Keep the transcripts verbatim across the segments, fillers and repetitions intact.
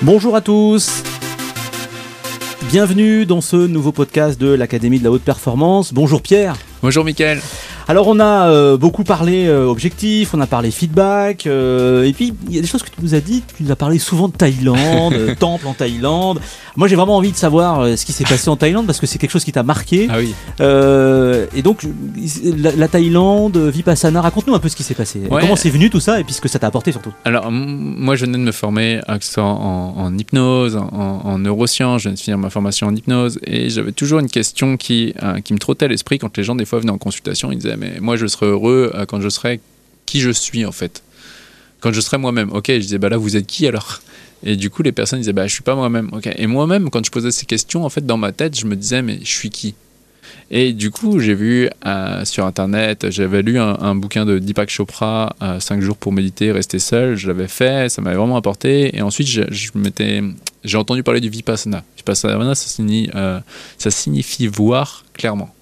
Bonjour à tous, bienvenue dans ce nouveau podcast de l'Académie de la Haute Performance. Bonjour Pierre. Bonjour Mickaël. Alors on a euh, beaucoup parlé euh, objectif, on a parlé feedback, euh, et puis il y a des choses que tu nous as dit, tu nous as parlé souvent de Thaïlande, euh, temple en Thaïlande. Moi j'ai vraiment envie de savoir euh, ce qui s'est passé en Thaïlande parce que c'est quelque chose qui t'a marqué. Ah oui. Euh, et donc la, la Thaïlande, Vipassana, raconte-nous un peu ce qui s'est passé. Ouais. Comment c'est venu tout ça et puis ce que ça t'a apporté surtout. Alors m- moi je venais de me former en, en, en hypnose, en, en neurosciences, je viens de finir ma formation en hypnose et j'avais toujours une question qui, euh, qui me trottait à l'esprit quand les gens des fois venaient en consultation, ils disaient mais moi je serai heureux quand je serai qui je suis en fait, quand je serai moi-même. Ok, je disais bah là vous êtes qui alors? Et du coup les personnes disaient bah je suis pas moi-même. Ok, et moi-même quand je posais ces questions en fait dans ma tête je me disais mais je suis qui? Et du coup j'ai vu euh, sur internet, j'avais lu un, un bouquin de Deepak Chopra, euh, cinq jours pour méditer, rester seul. Je l'avais fait, ça m'avait vraiment apporté. Et ensuite je, je m'étais, j'ai entendu parler du Vipassana. Vipassana ça signifie, euh, ça signifie voir clairement.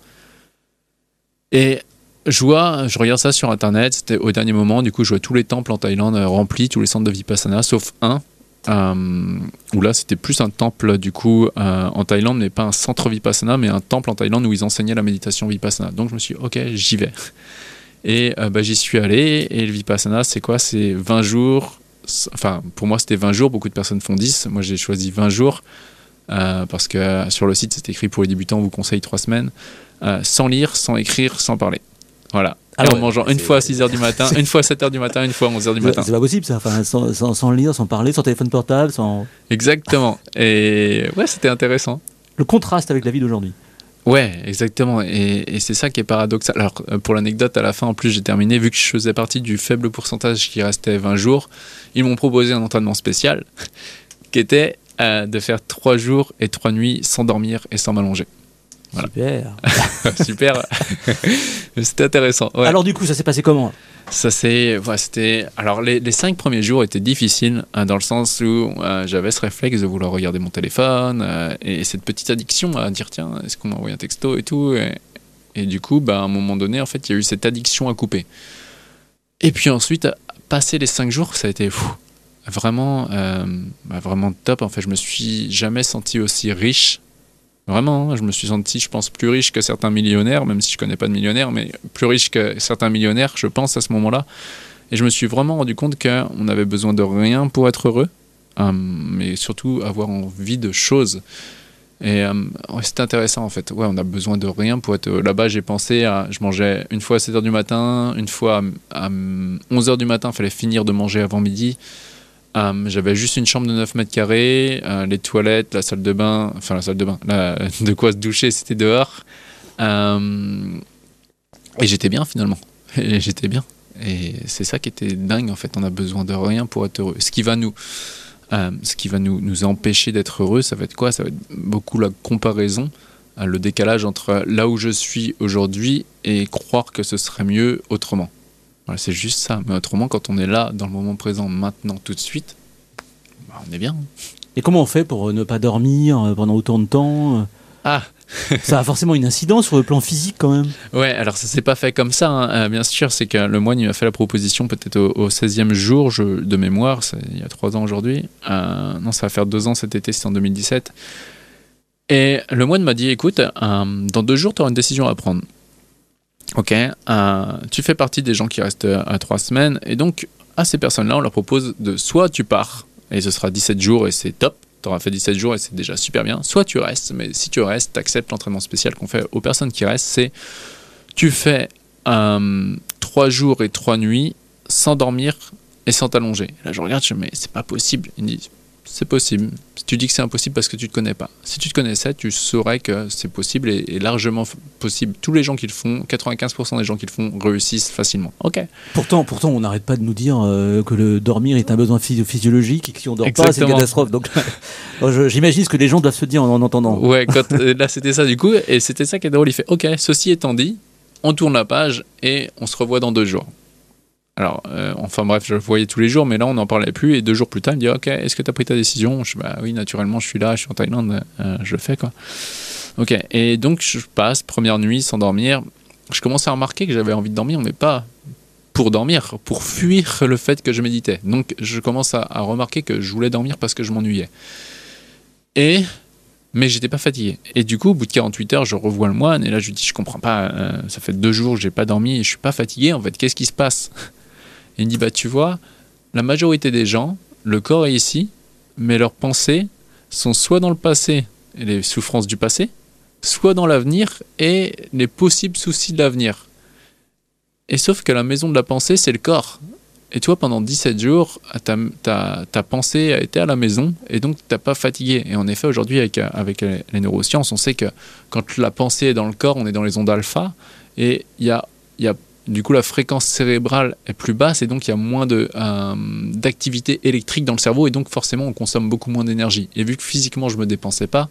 Et Je vois, je regarde ça sur internet, c'était au dernier moment, du coup je vois tous les temples en Thaïlande euh, remplis, tous les centres de Vipassana, sauf un, euh, où là c'était plus un temple du coup euh, en Thaïlande, mais pas un centre Vipassana, mais un temple en Thaïlande où ils enseignaient la méditation Vipassana. Donc je me suis dit, ok, j'y vais. Et euh, bah, j'y suis allé, et le Vipassana c'est quoi? C'est vingt jours, enfin pour moi c'était vingt jours, beaucoup de personnes font dix, moi j'ai choisi vingt jours, euh, parce que euh, sur le site c'est écrit pour les débutants, on vous conseille trois semaines, euh, sans lire, sans écrire, sans parler. Voilà. Alors, et en mangeant une fois à six heures du matin, une fois à sept heures du matin, une fois à onze heures du matin. C'est pas possible ça, enfin, sans, sans, sans lire, sans parler, sans téléphone portable, sans... Exactement. Et ouais, c'était intéressant. Le contraste avec la vie d'aujourd'hui. Ouais, exactement. Et, et c'est ça qui est paradoxal. Alors, pour l'anecdote, à la fin, en plus, j'ai terminé, vu que je faisais partie du faible pourcentage qui restait vingt jours, ils m'ont proposé un entraînement spécial qui était euh, de faire trois jours et trois nuits sans dormir et sans m'allonger. Voilà. Super. Super. C'était intéressant. Ouais. Alors du coup, ça s'est passé comment? Ça c'est, voilà, c'était. Alors les, les cinq premiers jours étaient difficiles hein, dans le sens où euh, j'avais ce réflexe de vouloir regarder mon téléphone euh, et cette petite addiction à dire tiens, est-ce qu'on m'a envoyé un texto et tout et, et du coup, bah, à un moment donné, en fait, il y a eu cette addiction à couper. Et puis ensuite, passer les cinq jours, ça a été fou. Vraiment, euh, bah, vraiment top. En fait, je me suis jamais senti aussi riche. Vraiment, je me suis senti, je pense, plus riche que certains millionnaires, même si je ne connais pas de millionnaires, mais plus riche que certains millionnaires, je pense, à ce moment-là. Et je me suis vraiment rendu compte qu'on avait besoin de rien pour être heureux, euh, mais surtout avoir envie de choses. Et euh, ouais, c'était intéressant, en fait. Ouais, on a besoin de rien pour être heureux. Là-bas, j'ai pensé à... Je mangeais une fois à sept heures du matin, une fois à, à onze heures du matin, il fallait finir de manger avant midi. Um, j'avais juste une chambre de neuf mètres carrés, euh, les toilettes, la salle de bain, enfin la salle de bain, la, de quoi se doucher, c'était dehors. Um, et j'étais bien finalement. Et j'étais bien. Et c'est ça qui était dingue en fait. On a besoin de rien pour être heureux. Ce qui va nous, euh, ce qui va nous, nous empêcher d'être heureux, ça va être quoi? Ça va être beaucoup la comparaison, euh, le décalage entre là où je suis aujourd'hui et croire que ce serait mieux autrement. Voilà, c'est juste ça. Mais autrement, quand on est là, dans le moment présent, maintenant, tout de suite, bah, on est bien. Et comment on fait pour ne pas dormir pendant autant de temps? Ah Ça a forcément une incidence sur le plan physique quand même. Ouais, alors ça s'est pas fait comme ça, hein. euh, bien sûr, c'est que le moine il m'a fait la proposition peut-être au, au seizième jour je, de mémoire, c'est il y a trois ans aujourd'hui. Euh, non, ça va faire deux ans cet été, c'est en deux mille dix-sept. Et le moine m'a dit, écoute, euh, dans deux jours, tu auras une décision à prendre. Ok, euh, tu fais partie des gens qui restent à trois semaines et donc à ces personnes-là on leur propose de soit tu pars et ce sera dix-sept jours et c'est top, tu auras fait dix-sept jours et c'est déjà super bien, soit tu restes, mais si tu restes, tu acceptes l'entraînement spécial qu'on fait aux personnes qui restent, c'est tu fais euh, trois jours et trois nuits sans dormir et sans t'allonger. Et là je regarde, je dis mais c'est pas possible. Ils me disent c'est possible. Tu dis que c'est impossible parce que tu te connais pas. Si tu te connaissais, tu saurais que c'est possible et, et largement f- possible. Tous les gens qui le font, quatre-vingt-quinze pour cent des gens qui le font réussissent facilement. Ok. Pourtant, pourtant, on n'arrête pas de nous dire euh, que le dormir est un besoin physio- physiologique et que si on dort Exactement. pas, c'est une catastrophe. Donc, je, j'imagine ce que les gens doivent se dire en, en entendant. Ouais, quand, là c'était ça du coup, et c'était ça qui est drôle. Il fait ok, ceci étant dit, on tourne la page et on se revoit dans deux jours. Alors, euh, enfin bref, je le voyais tous les jours, mais là, on n'en parlait plus. Et deux jours plus tard, il me dit, ok, est-ce que tu as pris ta décision? Je dis, bah oui, naturellement, je suis là, je suis en Thaïlande, euh, je le fais, quoi. Ok, et donc, je passe, première nuit, sans dormir. Je commence à remarquer que j'avais envie de dormir, mais pas pour dormir, pour fuir le fait que je méditais. Donc je commence à, à remarquer que je voulais dormir parce que je m'ennuyais. Et mais j'étais pas fatigué. Et du coup, au bout de quarante-huit heures, je revois le moine et là je lui dis je comprends pas, euh, ça fait deux jours que j'ai pas dormi et je suis pas fatigué. En fait, qu'est-ce qui se passe? Et il me dit bah tu vois, la majorité des gens, le corps est ici, mais leurs pensées sont soit dans le passé et les souffrances du passé, soit dans l'avenir et les possibles soucis de l'avenir. Et sauf que la maison de la pensée, c'est le corps. Et toi, pendant dix-sept jours, ta, ta, ta pensée a été à la maison et donc tu n'as pas fatigué. Et en effet, aujourd'hui, avec, avec les neurosciences, on sait que quand la pensée est dans le corps, on est dans les ondes alpha et il y a, y a, du coup, la fréquence cérébrale est plus basse et donc il y a moins de, euh, d'activité électrique dans le cerveau et donc forcément, on consomme beaucoup moins d'énergie. Et vu que physiquement, je ne me dépensais pas,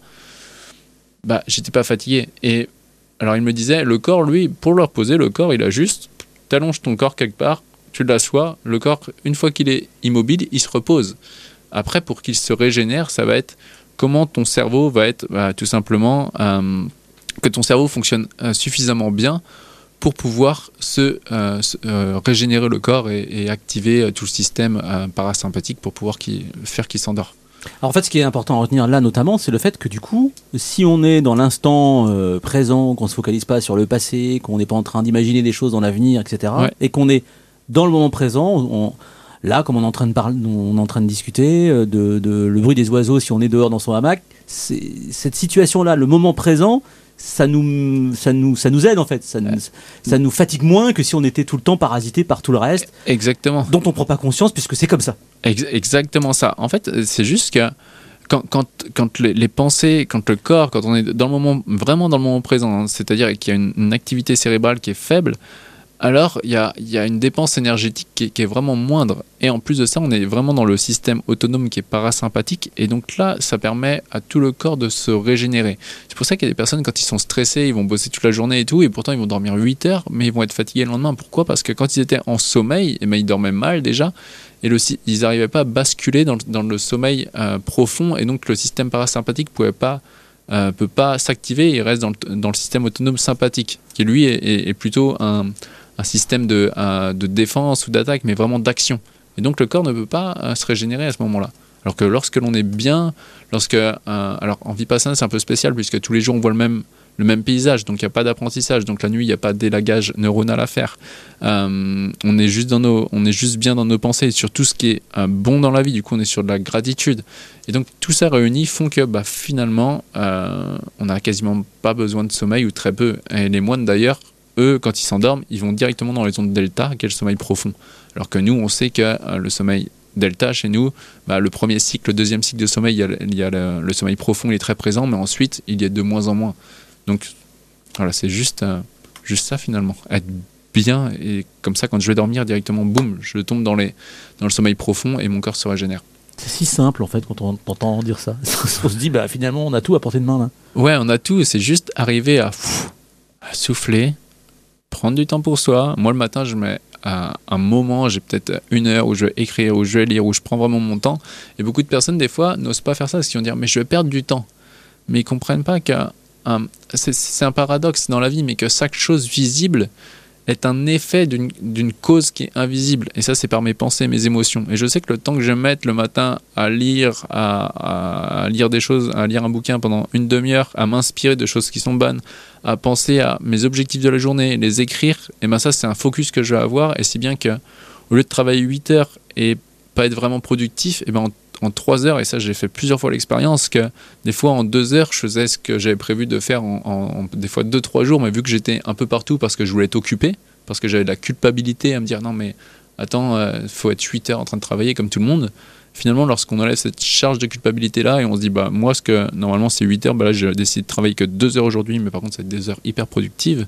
bah, j'étais pas fatigué. Et alors, il me disait, le corps, lui, pour le reposer, le corps, il a juste, t'allonges ton corps quelque part, tu l'assois, le corps, une fois qu'il est immobile, il se repose. Après, pour qu'il se régénère, ça va être comment ton cerveau va être, bah, tout simplement, euh, que ton cerveau fonctionne euh, suffisamment bien pour pouvoir se, euh, se euh, régénérer le corps et, et activer euh, tout le système euh, parasympathique pour pouvoir qu'il, faire qu'il s'endort. Alors en fait, ce qui est important à retenir là notamment, c'est le fait que du coup, si on est dans l'instant euh, présent, qu'on ne se focalise pas sur le passé, qu'on n'est pas en train d'imaginer des choses dans l'avenir, et cetera, ouais. et qu'on est dans le moment présent, on, là, comme on est en train de parler, on est en train de discuter, de, de le bruit des oiseaux si on est dehors dans son hamac, c'est, cette situation-là, le moment présent, ça nous, ça nous, ça nous aide en fait. Ça nous, ça nous fatigue moins que si on était tout le temps parasité par tout le reste. Exactement. Dont on prend pas conscience puisque c'est comme ça. Ex- exactement ça. En fait, c'est juste que quand, quand, quand les, les pensées, quand le corps, quand on est dans le moment, vraiment dans le moment présent, hein, c'est-à-dire qu'il y a une, une activité cérébrale qui est faible, alors il y a, y a une dépense énergétique qui est, qui est vraiment moindre. Et en plus de ça, on est vraiment dans le système autonome qui est parasympathique. Et donc là, ça permet à tout le corps de se régénérer. C'est pour ça qu'il y a des personnes, quand ils sont stressés, ils vont bosser toute la journée et tout, et pourtant ils vont dormir huit heures, mais ils vont être fatigués le lendemain. Pourquoi ? Parce que quand ils étaient en sommeil, eh ben, ils dormaient mal déjà, et le, ils n'arrivaient pas à basculer dans, dans le sommeil euh, profond, et donc le système parasympathique ne pouvait pas, euh, peut pas s'activer, il reste dans le, dans le système autonome sympathique, qui lui est, est, est plutôt un... un système de, euh, de défense ou d'attaque, mais vraiment d'action. Et donc le corps ne peut pas euh, se régénérer à ce moment-là. Alors que lorsque l'on est bien, lorsque, euh, alors en Vipassana c'est un peu spécial puisque tous les jours on voit le même, le même paysage, donc il n'y a pas d'apprentissage, donc la nuit il n'y a pas d'élagage neuronal à faire. Euh, on, est juste dans nos, on est juste bien dans nos pensées et sur tout ce qui est euh, bon dans la vie, du coup on est sur de la gratitude. Et donc tout ça réuni font que bah, finalement euh, on n'a quasiment pas besoin de sommeil ou très peu. Et les moines d'ailleurs, eux, quand ils s'endorment, ils vont directement dans les ondes delta, qui est le sommeil profond. Alors que nous, on sait que euh, le sommeil delta, chez nous, bah, le premier cycle, le deuxième cycle de sommeil, il y a, il y a le, le sommeil profond, il est très présent, mais ensuite, il y a de moins en moins. Donc, voilà, c'est juste, euh, juste ça, finalement. Être bien, et comme ça, quand je vais dormir, directement, boum, je tombe dans, les, dans le sommeil profond et mon corps se régénère. C'est si simple, en fait, quand on entend dire ça. On se dit, bah, finalement, on a tout à portée de main, là. Ouais, on a tout, c'est juste arriver à, pff, à souffler, prendre du temps pour soi. Moi, le matin, je mets euh, un moment, j'ai peut-être une heure où je vais écrire, où je vais lire, où je prends vraiment mon temps. Et beaucoup de personnes, des fois, n'osent pas faire ça parce qu'ils vont dire « mais je vais perdre du temps ». Mais ils ne comprennent pas que euh, c'est, c'est un paradoxe dans la vie, mais que chaque chose visible est un effet d'une, d'une cause qui est invisible. Et ça, c'est par mes pensées, mes émotions. Et je sais que le temps que je mette le matin à lire, à, à lire des choses, à lire un bouquin pendant une demi-heure, à m'inspirer de choses qui sont bonnes, à penser à mes objectifs de la journée, les écrire, et ben ça, c'est un focus que je vais avoir. Et si bien que, au lieu de travailler huit heures et pas être vraiment productif, et ben en, en trois heures, et ça, j'ai fait plusieurs fois l'expérience, que des fois, en deux heures, je faisais ce que j'avais prévu de faire en, en, en des fois deux, trois jours, mais vu que j'étais un peu partout parce que je voulais être occupé, parce que j'avais de la culpabilité à me dire non mais attends, il euh, faut être huit heures en train de travailler comme tout le monde. Finalement, lorsqu'on enlève cette charge de culpabilité là et on se dit bah moi ce que normalement c'est huit heures, bah là j'ai décidé de travailler que deux heures aujourd'hui, mais par contre c'est des heures hyper productives,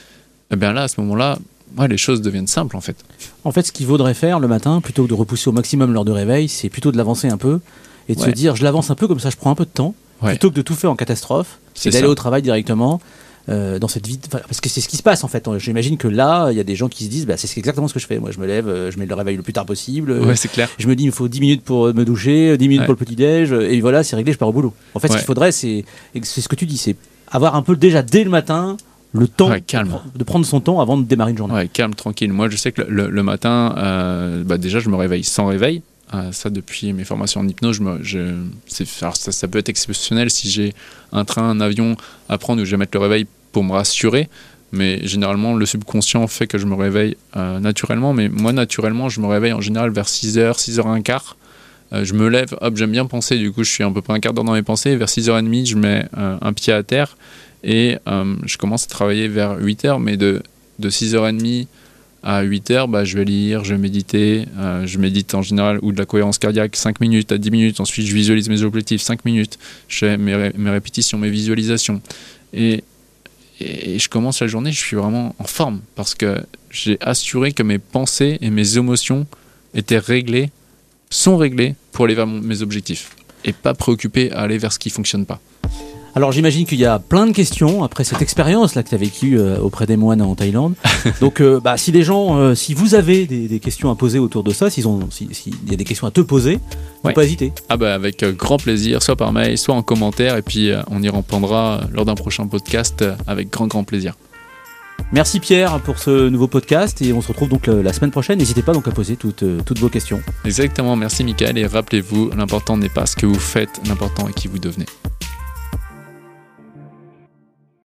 et bien là à ce moment là ouais, les choses deviennent simples en fait. En fait, ce qu'il vaudrait faire le matin, plutôt que de repousser au maximum l'heure de réveil, c'est plutôt de l'avancer un peu et de ouais. se dire je l'avance un peu comme ça je prends un peu de temps, ouais. plutôt que de tout faire en catastrophe, c'est, c'est d'aller ça. Au travail directement. Euh, dans cette vie, parce que c'est ce qui se passe en fait. J'imagine que là, il y a des gens qui se disent, bah, c'est exactement ce que je fais. Moi, je me lève, je mets le réveil le plus tard possible. Ouais, c'est clair. Je me dis, il me faut dix minutes pour me doucher, dix minutes ouais. pour le petit-déj, et voilà, c'est réglé, je pars au boulot. En fait, ouais. ce qu'il faudrait, c'est, c'est ce que tu dis, c'est avoir un peu déjà dès le matin Le temps Ouais, calme. de prendre son temps avant de démarrer une journée. Ouais, calme, tranquille. Moi, je sais que le, le matin, euh, bah déjà, je me réveille sans réveil. Euh, ça, depuis mes formations en hypnose, je me, je, c'est, alors ça, ça peut être exceptionnel si j'ai un train, un avion à prendre où je vais mettre le réveil pour me rassurer. Mais généralement, le subconscient fait que je me réveille euh, naturellement. Mais moi, naturellement, je me réveille en général vers six heures, six heures quinze. Euh, je me lève, hop, j'aime bien penser. Du coup, je suis à peu près un quart d'heure dans mes pensées. Vers six heures trente, je mets euh, un pied à terre. Et euh, je commence à travailler vers huit heures, mais de, de six heures trente à huit heures, bah, je vais lire, je vais méditer. Euh, je médite en général ou de la cohérence cardiaque cinq minutes à dix minutes. Ensuite, je visualise mes objectifs cinq minutes. Je fais mes, ré, mes répétitions, mes visualisations. Et, et, et je commence la journée, je suis vraiment en forme parce que j'ai assuré que mes pensées et mes émotions étaient réglées, sont réglées pour aller vers mon, mes objectifs. Et pas préoccupé à aller vers ce qui ne fonctionne pas. Alors j'imagine qu'il y a plein de questions après cette expérience là que tu as vécue euh, auprès des moines en Thaïlande. Donc euh, bah, si les gens, euh, si vous avez des, des questions à poser autour de ça, s'ils ont, s'il si y a des questions à te poser, faut ouais. pas hésiter. Ah bah avec euh, grand plaisir, soit par mail, soit en commentaire, et puis euh, on y répondra euh, lors d'un prochain podcast euh, avec grand grand plaisir. Merci Pierre pour ce nouveau podcast et on se retrouve donc la semaine prochaine. N'hésitez pas donc à poser toutes, toutes vos questions. Exactement, merci Michael et rappelez-vous, l'important n'est pas ce que vous faites, l'important est qui vous devenez.